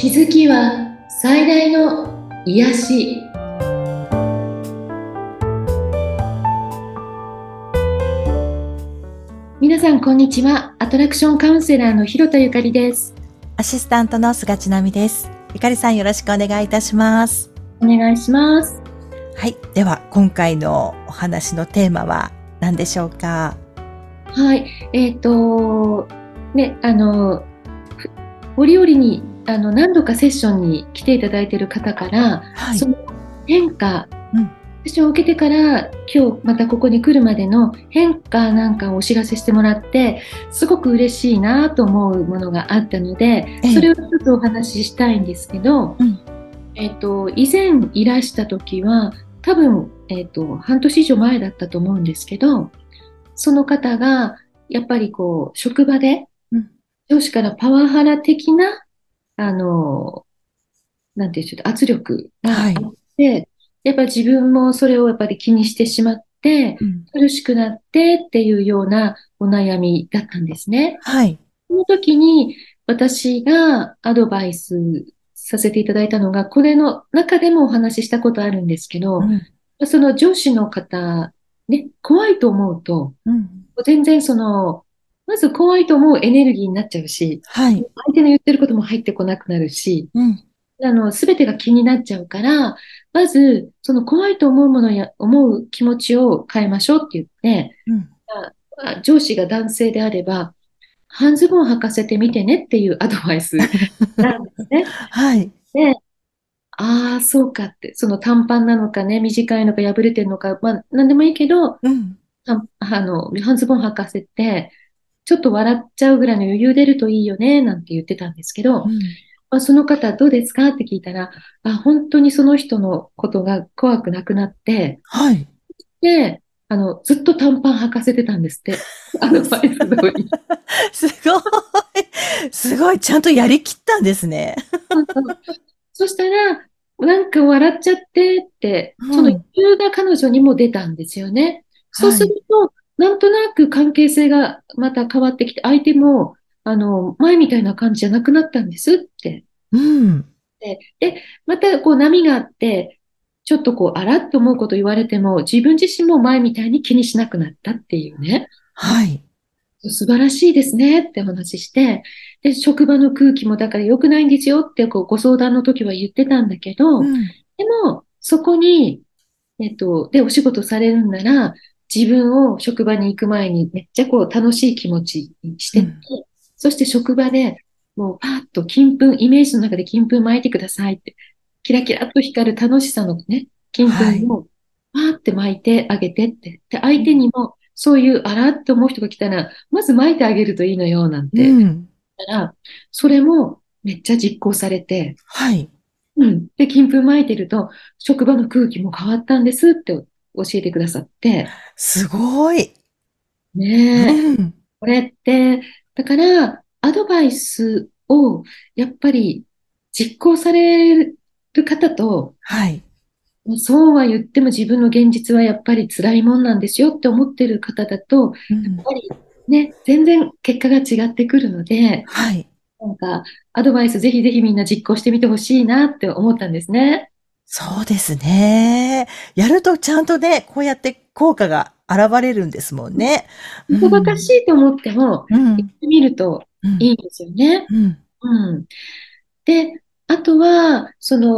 気づきは最大の癒し。皆さんこんにちは。アトラクションカウンセラーの広田ゆかりです。 アシスタントの菅千奈美です。ゆかりさん、よろしくお願いいたします。 お願いします。 はい。では、今回のお話のテーマは何でしょうか？ はい。折々に何度かセッションに来ていただいている方から、 はい。 その変化、 うん。 セッションを受けてから今日またここに来るまでの変化なんかをお知らせしてもらって、すごく嬉しいなと思うものがあったので、それをちょっとお話ししたいんですけど、 うん。 以前いらした時は多分、半年以上前だったと思うんですけど、その方がやっぱりこう職場でうん。 上司からパワハラ的なあのなんていうんでしょう、圧力がはい。 あって、やっぱり自分もそれをやっぱり気にしてしまって、 うん。 苦しくなってっていうようなお悩みだったんですね。 はい。 その時に私がアドバイスさせていただいたのが、これの中でもお話ししたことあるんですけど、 うん。 その上司の方、ね、怖いと思うと、 うん。 全然まず怖いと思うエネルギーになっちゃうし、 はい。 相手の言ってることも入ってこなくなるし、 うん。 すべてが気になっちゃうから、まず、その怖いと思うものや、思う気持ちを変えましょうって言って、 うん。 上司が男性であれば、半ズボン履かせてみてねっていうアドバイスなんですね。 はい。 で、ああ、そうかって、その短パンなのかね、短いのか破れてるのか、まあ、なんでもいいけど、 うん。 半ズボン履かせて、ちょっと笑っちゃうぐらいの余裕出るといいよね、なんて言ってたんですけど、 うん。 その方どうですかって聞いたら、本当にその人のことが怖くなくなって、 はい。 で、ずっと短パン履かせてたんですって。アドバイス通り。 すごい。すごい。ちゃんとやりきったんですね。 そうそう。そしたら、なんか笑っちゃってって、その余うん。 裕が彼女にも出たんですよね。そうすはい。 ると、なんとなく関係性がまた変わってきて、相手も、前みたいな感じじゃなくなったんですって。 うん。 で、またこう波があって、ちょっとこう、あらっと思うこと言われても、自分自身も前みたいに気にしなくなったっていうね。 はい。 素晴らしいですねってお話しして、で、職場の空気もだから良くないんですよってこうご相談の時は言ってたんだけど、 うん。 でも、そこに、で、お仕事されるんなら、自分を職場に行く前にめっちゃこう楽しい気持ちにしてって、 うん。 そして職場でもうパーッと金粉、イメージの中で金粉巻いてくださいって、キラキラっと光る楽しさのね、金粉はい。 をパーって巻いてあげてって、で、相手うん。 にもそういうあらって思う人が来たら、まず巻いてあげるといいのよ、なんうてん。 言ったら、それもめっちゃ実行されて、 はい。 うん。で、金粉巻いてると、職場の空気も変わったんですって教えてくださって、 すごい。うねえ、 ん。 これって、だから、アドバイスをやっぱり実行される方と、 はい。 そうは言っても自分の現実はやっぱり辛いもんなんですよって思ってる方だと、やっうん。 ぱりね、全然結果が違ってくるので、 はい。 なんか、アドバイスぜひぜひみんな実行してみてほしいなって思ったんですね。 そうですね。やるとちゃんとね、こうやって効果が現れるんですもんね。うバカバカしん。 いと思っても、 うん。 行ってみるとうん。 いいんですよね。 うん。 うん。で、あとは、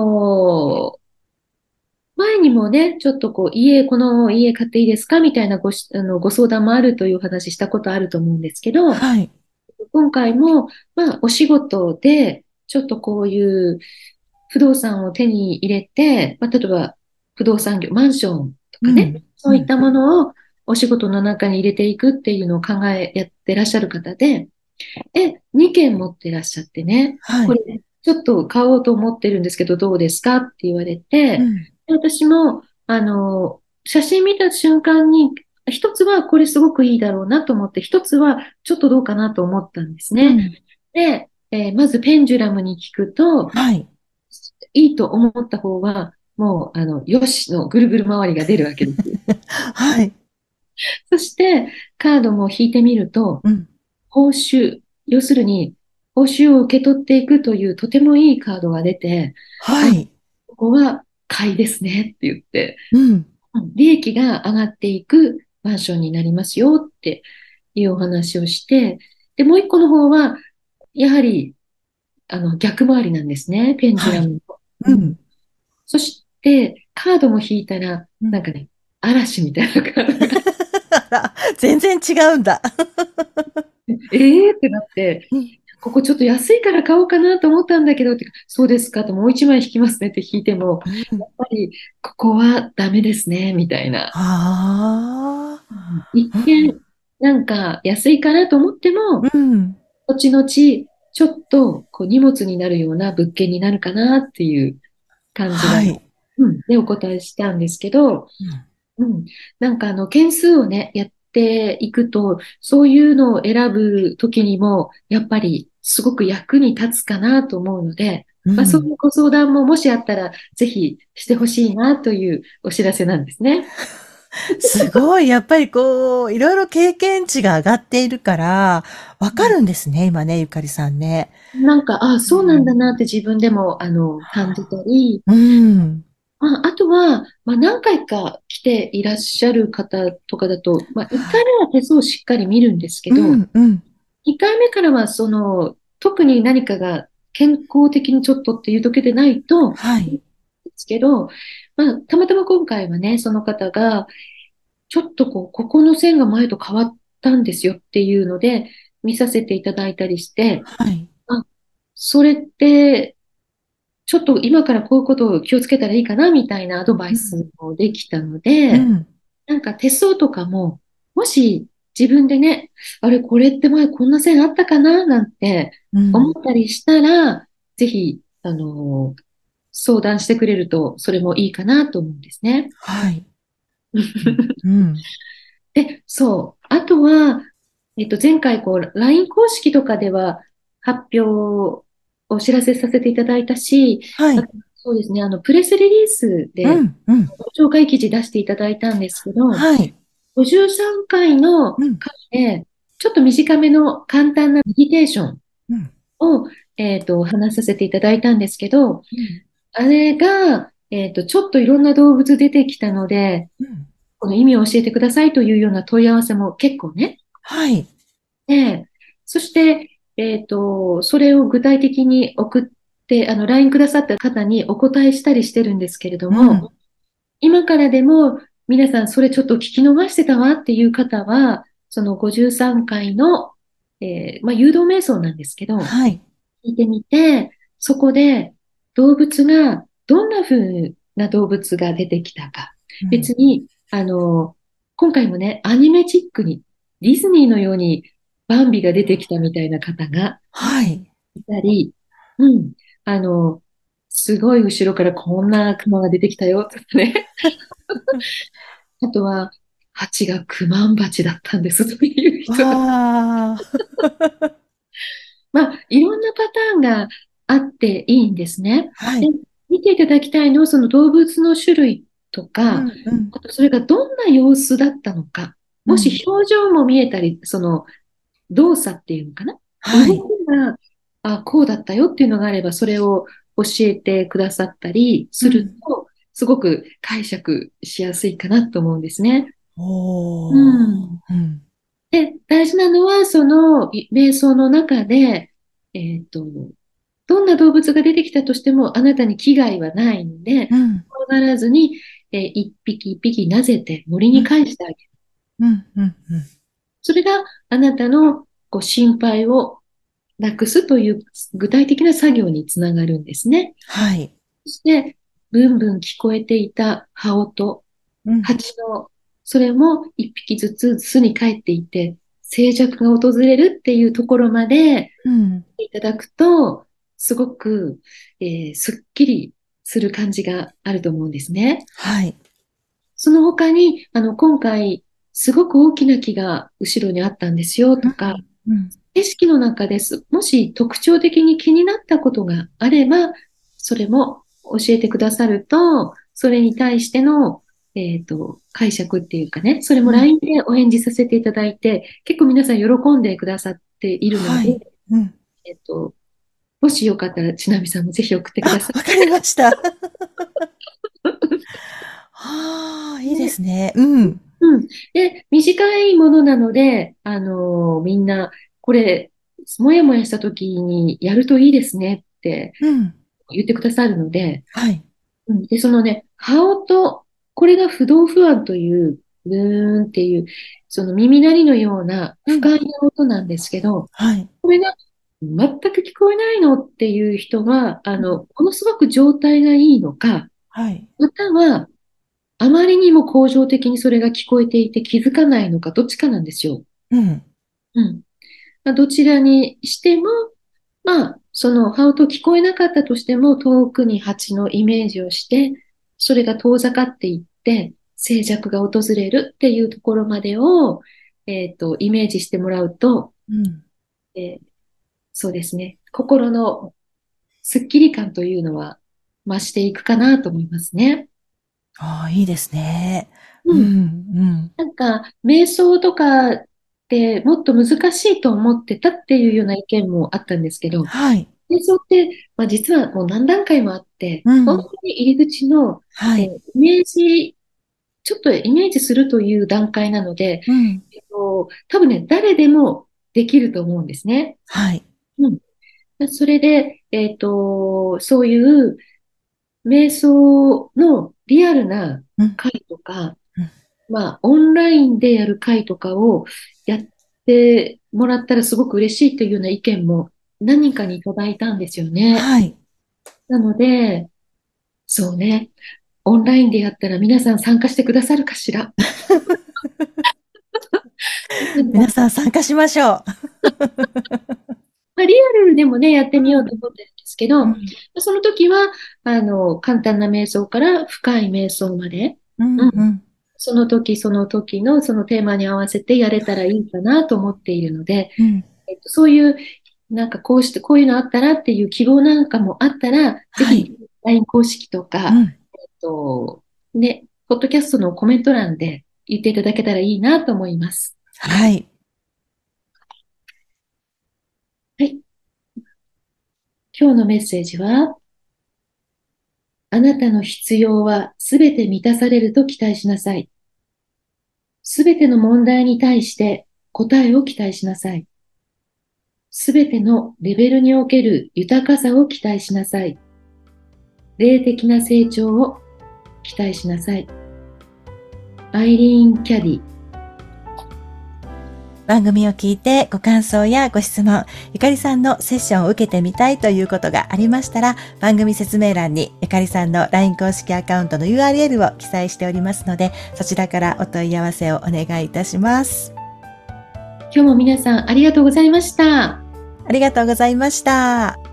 前にもね、ちょっとこう、この家買っていいですかみたいなご相談もあるというお話したことあると思うんですけど、 はい。 今回も、まあ、お仕事で、ちょっとこういう不動産を手に入れて、まあ、例えば、不動産業、マンションとかね、 うん。うん。 そういったものをお仕事の中に入れていくっていうのをやってらっしゃる方で、2軒持ってらっしゃってね、 はい。 これ、ちょっと買おうと思ってるんですけど、どうですかって言われて、 うん。 で私も、写真見た瞬間に、一つはこれすごくいいだろうなと思って、一つはちょっとどうかなと思ったんですね。 うん。 で、まずペンジュラムに聞くと、 はい。 いいと思った方は、もう、よしのぐるぐる回りが出るわけです。 はい。 そして、カードも引いてみると、 うん。 報酬、要するに、 報酬を受け取っていくというとてもいいカードが出て、あ、 はい。 ここは買いですねって言って、 うん。 利益が上がっていくマンションになりますよっていうお話をして、で、もう一個の方は、やはり、逆回りなんですね、ペンジュはい。 ラムの。うん。 うん。 そして、カードも引いたら、 うん。 なんかね、嵐みたいなカードが、 あら、全然違うんだ。 えーってなって、 うん。 ここちょっと安いから買おうかなと思ったんだけどって、そうですかと、もう一枚引きますねって引いても、 うん。 やっぱりここはダメですね、みたいな。 あ一あ。 見、なんか安いかなと思っても、 うん。うん。 後々ちょっとこう荷物になるような物件になるかなっていう感じが、 はい。 でお答えしたんですけど、 うん。 うん、なんか件数をね、やっていくと、そういうのを選ぶときにも、やっぱりすごく役に立つかなと思うので、そういうん。 うご相談ももしあったら、ぜひしてほしいなというお知らせなんですね。 すごい、やっぱりこう、いろいろ経験値が上がっているから、わかるんですね、今ね、ゆかりさんね。 なんか、あ、そうなんだうん。 なって自分でも、感じたり、 うん。 あとは、何回か来ていらっしゃる方とかだと、1回目は手相をしっかり見るんですけど、 うん、うん。 2回目からは、特に何かが健康的にちょっとっていう時でないと、 はい。 いいんですけど、たまたま今回はね、その方が、ちょっとここの線が前と変わったんですよっていうので、見させていただいたりして、 はい。 あ、それって、ちょっと今からこういうことを気をつけたらいいかなみたいなアドバイうん。 スもできたので、 うん。 なんか手相とかも、もし自分でね、あれ、これって前こんな線あったかななんてうん。 思ったりしたら、ぜひ、相談してくれると、それもいいかなと思うんですね。 はい。うん。うん。 で、そう。あとは、前回、LINE 公式とかでは発表をお知らせさせていただいたし、 はい。 そうですね、プレスリリースでうん、うん。 ご紹介記事出していただいたんですけど、 はい。 53回のうん。 回で、ちょっと短めの簡単なメディテーションうん。 を、話させていただいたんですけど、 うん。 あれが、ちょっといろんな動物出てきたので、 うん。 この意味を教えてくださいというような問い合わせも結構ね。 はい。 で、そして、それを具体的に送って、LINE くださった方にお答えしたりしてるんですけれどうん。 も、今からでも皆さんそれちょっと聞き逃してたわっていう方は、その53回の、誘導瞑想なんですけど、 はい。 聞いてみて、そこで動物が、どんな風な動物が出てきたか。 うん。 別に、今回もね、アニメチックに、ディズニーのようにバンビが出てきたみたいな方がはい。 いたり、うん、あの、すごい後ろからこんな熊が出てきたよとかね。あとは、蜂がクマンバチだったんですという人が。 わあ。 いろんなパターンがあっていいんですね。で、 はい。 見ていただきたいのは、その動物の種類とか、 うん、うん。 あとそれがどんな様子だったのか、もうん。 し表情も見えたり、その動作っていうのかな、動きはい。 が、こうだったよっていうのがあれば、それを教えてくださったりするうん。 と、すごく解釈しやすいかなと思うんですね。うおー。 ん。 うん。 で、大事なのは、その瞑想の中で、えっと、どんな動物が出てきたとしても、あなたに危害はないので、 うん。 怖がらずに、一匹一匹なぜて森にうん。 返してあげる。 うん。うん。うん。 それがあなたの心配をなくすという具体的な作業につながるんですね。 はい。 そして、ブンブン聞こえていた羽音、 うん。 蜂の、それも一匹ずつ巣に帰っていて、静寂が訪れるっていうところまでうん。 いただくと、すごく、すっきりする感じがあると思うんですね。 はい。 その他に、今回、すごく大きな木が後ろにあったんですよとか、 うん。 景色の中です。もし特徴的に気になったことがあれば、それも教えてくださると、それに対しての、解釈っていうかね、それもうん。 LINE でお返事させていただいて、結構皆さん喜んでくださっているので、 はい。うん。 もしよかったら、ちなみさんもぜひ送ってくだあ、 さわかりました。はあ、 い。 いいでね、 すね。うん。 うん。で、短いものなので、みんな、これ、もやもやした時にやるといいですねってうん。 言ってくださるので、 はい。 うん。で、そのね、羽音、これが不動不安という、ブーンっていう、その耳鳴りのようなうん。 不快な音なんですけど、 はい。 これが全く聞こえないのっていう人は、 うん。 ものすごく状態がいいのか、 はい。 または、あまりにも恒常的にそれが聞こえていて気づかないのか、どっちかなんですよ。 うん。 うん。まあ、どちらにしても、まあ、その羽音聞こえなかったとしても、遠くに蜂のイメージをして、それが遠ざかっていって、静寂が訪れるっていうところまでを、イメージしてもらうと、 うん。 えーそうですね、心のスッキリ感というのは増していくかなと思いますね。 ああ、いいですね。うん。 うん。 うん。 なんか、瞑想とかってもっと難しいと思ってたっていうような意見もあったんですけど、 はい。 瞑想って、まあ、実はもう何段階もあって、本うん。 当に入り口の、 はい。 イメージ、ちょっとイメージするという段階なので、 うん。 多分ね、誰でもできると思うんですね。 はい。 うん。それで、そういう瞑想のリアルなうん。 会とか、 うん。 まあ、オンラインでやる会とかをやってもらったらすごく嬉しいというような意見も何人かにいただいたんですよね。 はい。 なので、そうね、オンラインでやったら皆さん参加してくださるかしら。 皆さん参加しましょまあ、リアルでもね、やってみようとう。 思ってるんですけど、 うん。 その時は、簡単な瞑想から深い瞑想まで、 うん。 うん、 うん。 その時その時のそのテーマに合わせてやれたらいいかなと思っているので、 うん。 そういう、なんかこうして、こういうのあったらっていう希望なんかもあったら、ぜはい。 ひ LINE 公式とか、 うん。 ね、ポッドキャストのコメント欄で言っていただけたらいいなと思います。 はい。 はい。今日のメッセージは、あなたの必要はすべて満たされると期待しなさい。すべての問題に対して答えを期待しなさい。すべてのレベルにおける豊かさを期待しなさい。霊的な成長を期待しなさい。アイリーン・キャディ。 番組を聞いてご感想やご質問、ゆかりさんのセッションを受けてみたいということがありましたら、番組説明欄にゆかりさんの LINE 公式アカウントの URL を記載しておりますので、そちらからお問い合わせをお願いいたします。 今日も皆さんありがとうございました。 ありがとうございました。